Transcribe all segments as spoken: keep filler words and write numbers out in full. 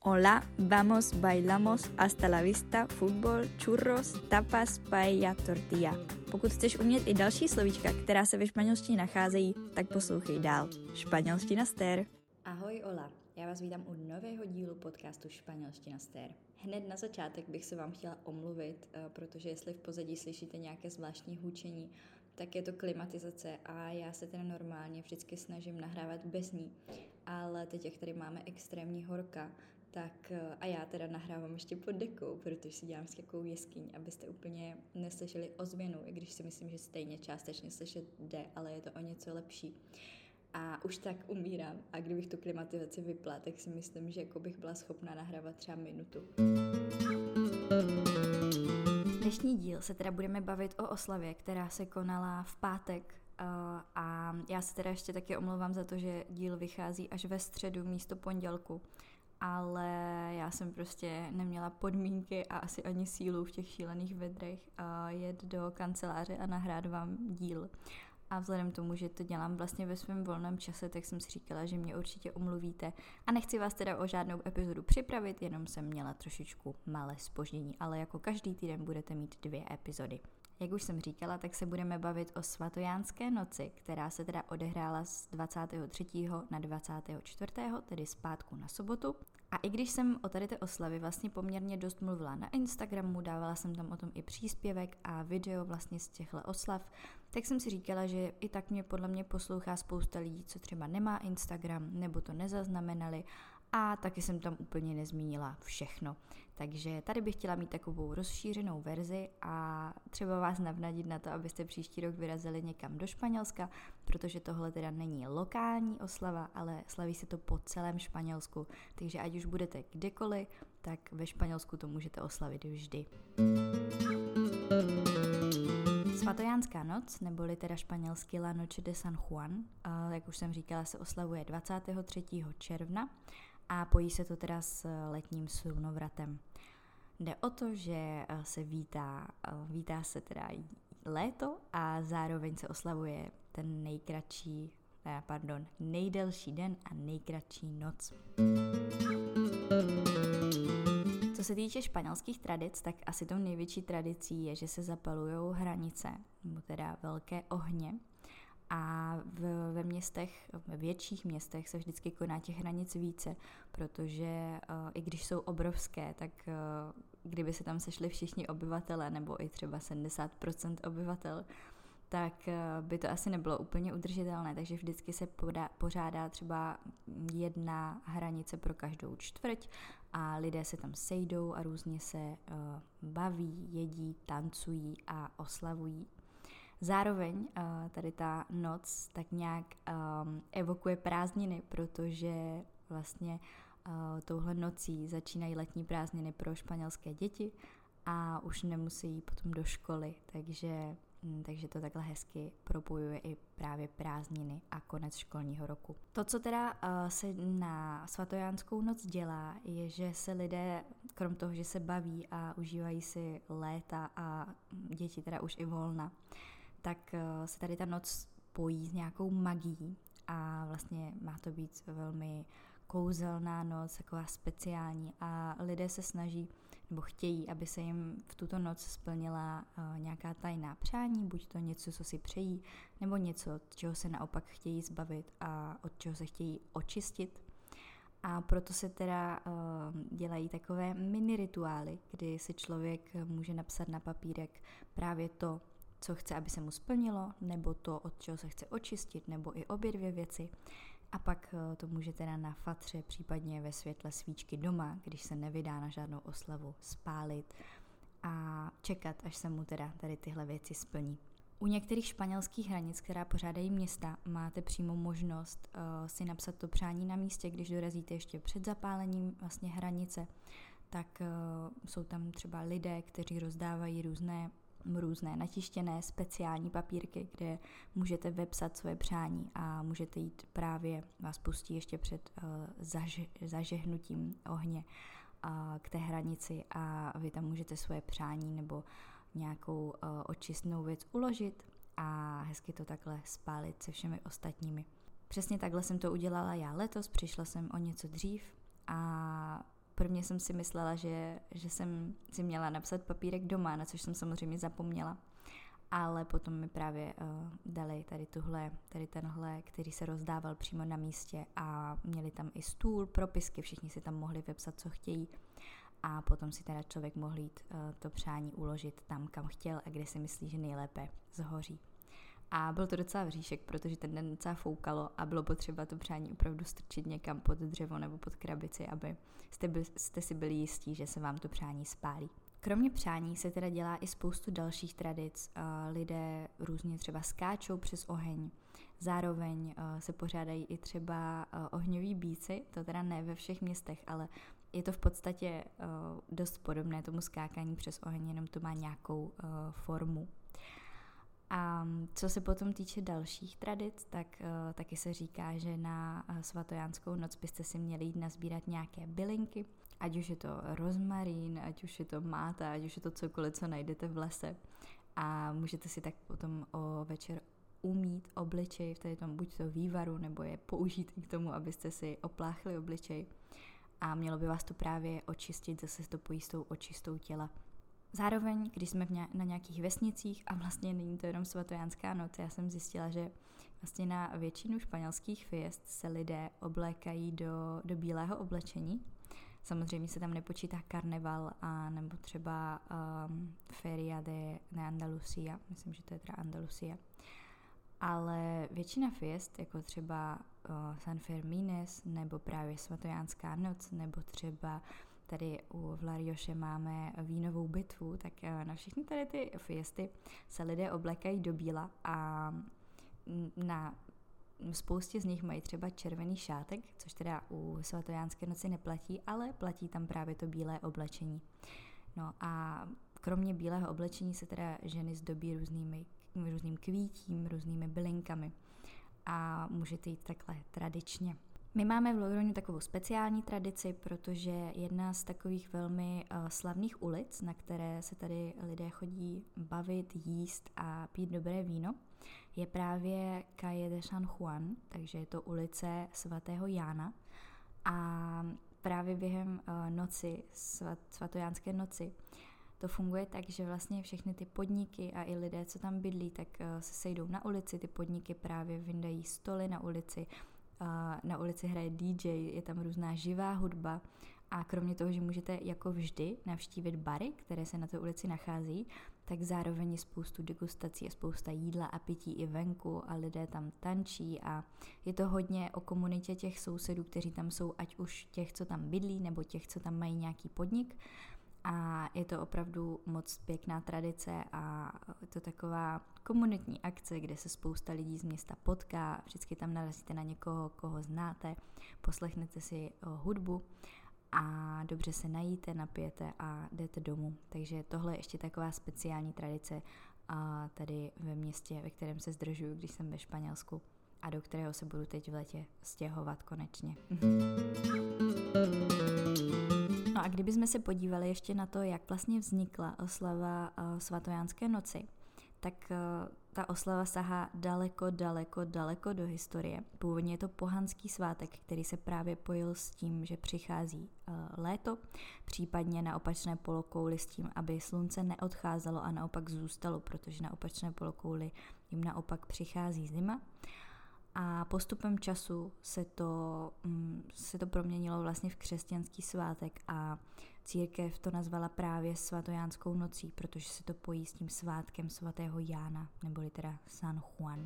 Hola, vamos, bailamos, hasta la vista, fútbol, churros, tapas, paella, tortilla. Pokud chceš umět i další slovíčka, která se ve španělštině nacházejí, tak poslouchej dál. Španělština stér. Ahoj, hola. Já vás vítám u nového dílu podcastu Španělština stér. Hned na začátek bych se vám chtěla omluvit, protože jestli v pozadí slyšíte nějaké zvláštní hučení, tak je to klimatizace a já se teda normálně vždycky snažím nahrávat bez ní, ale teď, jak tady máme extrémní horka, tak a já teda nahrávám ještě pod dekou, protože si dělám s jakou jeskyň, abyste úplně neslyšeli ozvěnu, i když si myslím, že stejně částečně slyšet jde, ale je to o něco lepší. A už tak umírám a kdybych tu klimatizaci vypla, tak si myslím, že jako bych byla schopná nahrávat třeba minutu. Dnešní díl se teda budeme bavit o oslavě, která se konala v pátek a já se teda ještě taky omlouvám za to, že díl vychází až ve středu místo pondělku, ale já jsem prostě neměla podmínky a asi ani sílu v těch šílených vedrech jet do kanceláře a nahrát vám díl. A vzhledem k tomu, že to dělám vlastně ve svém volném čase, tak jsem si říkala, že mě určitě omluvíte. A nechci vás teda o žádnou epizodu připravit, jenom jsem měla trošičku malé zpoždění, ale jako každý týden budete mít dvě epizody. Jak už jsem říkala, tak se budeme bavit o svatojánské noci, která se teda odehrála z dvacátého třetího na dvacátého čtvrtého, tedy z pátku na sobotu. A i když jsem o tady té oslavy vlastně poměrně dost mluvila na Instagramu, dávala jsem tam o tom i příspěvek a video vlastně z těchto oslav, tak jsem si říkala, že i tak mě podle mě poslouchá spousta lidí, co třeba nemá Instagram, nebo to nezaznamenali, a taky jsem tam úplně nezmínila všechno. Takže tady bych chtěla mít takovou rozšířenou verzi a třeba vás navnadit na to, abyste příští rok vyrazili někam do Španělska, protože tohle teda není lokální oslava, ale slaví se to po celém Španělsku. Takže ať už budete kdekoliv, tak ve Španělsku to můžete oslavit vždy. Svatojánská noc, neboli teda španělsky La Noche de San Juan, jak už jsem říkala, se oslavuje dvacátého třetího června a pojí se to teda s letním slunovratem. Jde o to, že se vítá, vítá se teda léto a zároveň se oslavuje ten nejkratší, pardon, nejdelší den a nejkratší noc. Co se týče španělských tradic, tak asi tou největší tradicí je, že se zapalujou hranice, nebo teda velké ohně. A v, ve městech, ve větších městech se vždycky koná těch hranic více, protože uh, i když jsou obrovské, tak uh, kdyby se tam sešli všichni obyvatelé, nebo i třeba sedmdesát procent obyvatel, tak uh, by to asi nebylo úplně udržitelné, takže vždycky se podá, pořádá třeba jedna hranice pro každou čtvrť a lidé se tam sejdou a různě se uh, baví, jedí, tancují a oslavují. Zároveň tady ta noc tak nějak um, evokuje prázdniny, protože vlastně uh, touhle nocí začínají letní prázdniny pro španělské děti a už nemusí jít potom do školy, takže, um, takže to takhle hezky propojuje i právě prázdniny a konec školního roku. To, co teda uh, se na svatojánskou noc dělá, je, že se lidé, krom toho, že se baví a užívají si léta a děti teda už i volna, tak se tady ta noc pojí s nějakou magií a vlastně má to být velmi kouzelná noc, taková speciální a lidé se snaží nebo chtějí, aby se jim v tuto noc splnila nějaká tajná přání, buď to něco, co si přejí, nebo něco, čeho se naopak chtějí zbavit a od čeho se chtějí očistit. A proto se teda uh, dělají takové mini rituály, kdy si člověk může napsat na papírek právě to, co chce, aby se mu splnilo, nebo to, od čeho se chce očistit, nebo i obě dvě věci. A pak to může teda na fatře, případně ve světle svíčky doma, když se nevydá na žádnou oslavu, spálit a čekat, až se mu teda tady tyhle věci splní. U některých španělských hranic, která pořádají města, máte přímo možnost uh, si napsat to přání na místě, když dorazíte ještě před zapálením vlastně hranice, tak uh, jsou tam třeba lidé, kteří rozdávají různé různé natištěné speciální papírky, kde můžete vepsat svoje přání a můžete jít právě, vás pustí ještě před uh, zaž, zažehnutím ohně uh, k té hranici a vy tam můžete svoje přání nebo nějakou uh, očistnou věc uložit a hezky to takhle spálit se všemi ostatními. Přesně takhle jsem to udělala já letos, přišla jsem o něco dřív a původně jsem si myslela, že, že jsem si měla napsat papírek doma, na což jsem samozřejmě zapomněla. Ale potom mi právě uh, dali tady tuhle, tady tenhle, který se rozdával přímo na místě a měli tam i stůl, propisky, všichni si tam mohli vepsat, co chtějí a potom si teda člověk mohl jít uh, to přání uložit tam, kam chtěl a kde si myslí, že nejlépe zhoří. A byl to docela vříšek, protože ten den docela foukalo a bylo potřeba to přání opravdu strčit někam pod dřevo nebo pod krabici, aby jste, by, jste si byli jistí, že se vám to přání spálí. Kromě přání se teda dělá i spoustu dalších tradic. Lidé různě třeba skáčou přes oheň, zároveň se pořádají i třeba ohňoví bíci, to teda ne ve všech městech, ale je to v podstatě dost podobné tomu skákání přes oheň, jenom to má nějakou formu. A co se potom týče dalších tradic, tak uh, taky se říká, že na uh, svatojánskou noc byste si měli jít nazbírat nějaké bylinky, ať už je to rozmarín, ať už je to máta, ať už je to cokoliv, co najdete v lese. A můžete si tak potom o večer umýt obličej v tady tom buď to vývaru, nebo je použít k tomu, abyste si opláchli obličej. A mělo by vás to právě očistit, zase to pojí s tou očistou těla. Zároveň, když jsme na nějakých vesnicích, a vlastně není to jenom svatojánská noc, já jsem zjistila, že vlastně na většinu španělských fiest se lidé oblékají do, do bílého oblečení. Samozřejmě se tam nepočítá karneval a nebo třeba um, Feria de, de Andalucía, myslím, že to je teda Andalucía. Ale většina fiest, jako třeba uh, San Fermines, nebo právě svatojánská noc, nebo třeba tady u v La Rioše máme vínovou bitvu, tak na všechny tady ty fiesty se lidé oblékají do bíla a na spoustě z nich mají třeba červený šátek, což teda u svatojánské noci neplatí, ale platí tam právě to bílé oblečení. No a kromě bílého oblečení se teda ženy zdobí různými, různým kvítím, různými bylinkami a můžete jít takhle tradičně. My máme v Logroňu takovou speciální tradici, protože jedna z takových velmi uh, slavných ulic, na které se tady lidé chodí bavit, jíst a pít dobré víno, je právě Calle de San Juan, takže je to ulice svatého Jána. A právě během uh, noci, svat, svatojánské noci, to funguje tak, že vlastně všechny ty podniky a i lidé, co tam bydlí, tak uh, se sejdou na ulici, ty podniky právě vyndají stoly na ulici, na ulici hraje dý džej, je tam různá živá hudba a kromě toho, že můžete jako vždy navštívit bary, které se na té ulici nachází, tak zároveň je spoustu degustací a spousta jídla a pití i venku a lidé tam tančí a je to hodně o komunitě těch sousedů, kteří tam jsou, ať už těch, co tam bydlí, nebo těch, co tam mají nějaký podnik. A je to opravdu moc pěkná tradice a je to taková komunitní akce, kde se spousta lidí z města potká, vždycky tam narazíte na někoho, koho znáte, poslechnete si hudbu a dobře se najíte, napijete a jdete domů. Takže tohle je ještě taková speciální tradice a tady ve městě, ve kterém se zdržuju, když jsem ve Španělsku a do kterého se budu teď v létě stěhovat konečně. No a kdybychom se podívali ještě na to, jak vlastně vznikla oslava uh, svatojánské noci, tak uh, ta oslava sahá daleko, daleko, daleko do historie. Původně je to pohanský svátek, který se právě pojil s tím, že přichází uh, léto, případně na opačné polokouli s tím, aby slunce neodcházelo a naopak zůstalo, protože na opačné polokouli jim naopak přichází zima. A postupem času se to, mm, se to proměnilo vlastně v křesťanský svátek a církev to nazvala právě svatojánskou nocí, protože se to pojí s tím svátkem svatého Jána, neboli teda San Juan.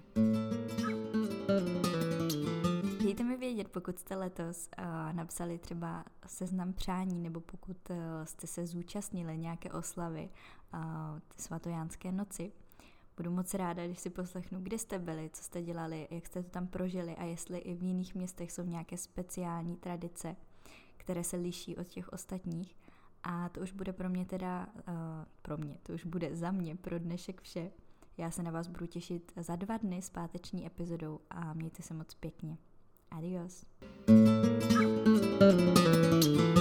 Dejte mi vědět, pokud jste letos uh, napsali třeba seznam přání, nebo pokud uh, jste se zúčastnili nějaké oslavy uh, svatojánské noci. Budu moc ráda, když si poslechnu, kde jste byli, co jste dělali, jak jste to tam prožili a jestli i v jiných městech jsou nějaké speciální tradice, které se liší od těch ostatních. A to už bude pro mě teda, uh, pro mě, to už bude za mě pro dnešek vše. Já se na vás budu těšit za dva dny s páteční epizodou a mějte se moc pěkně. Adios.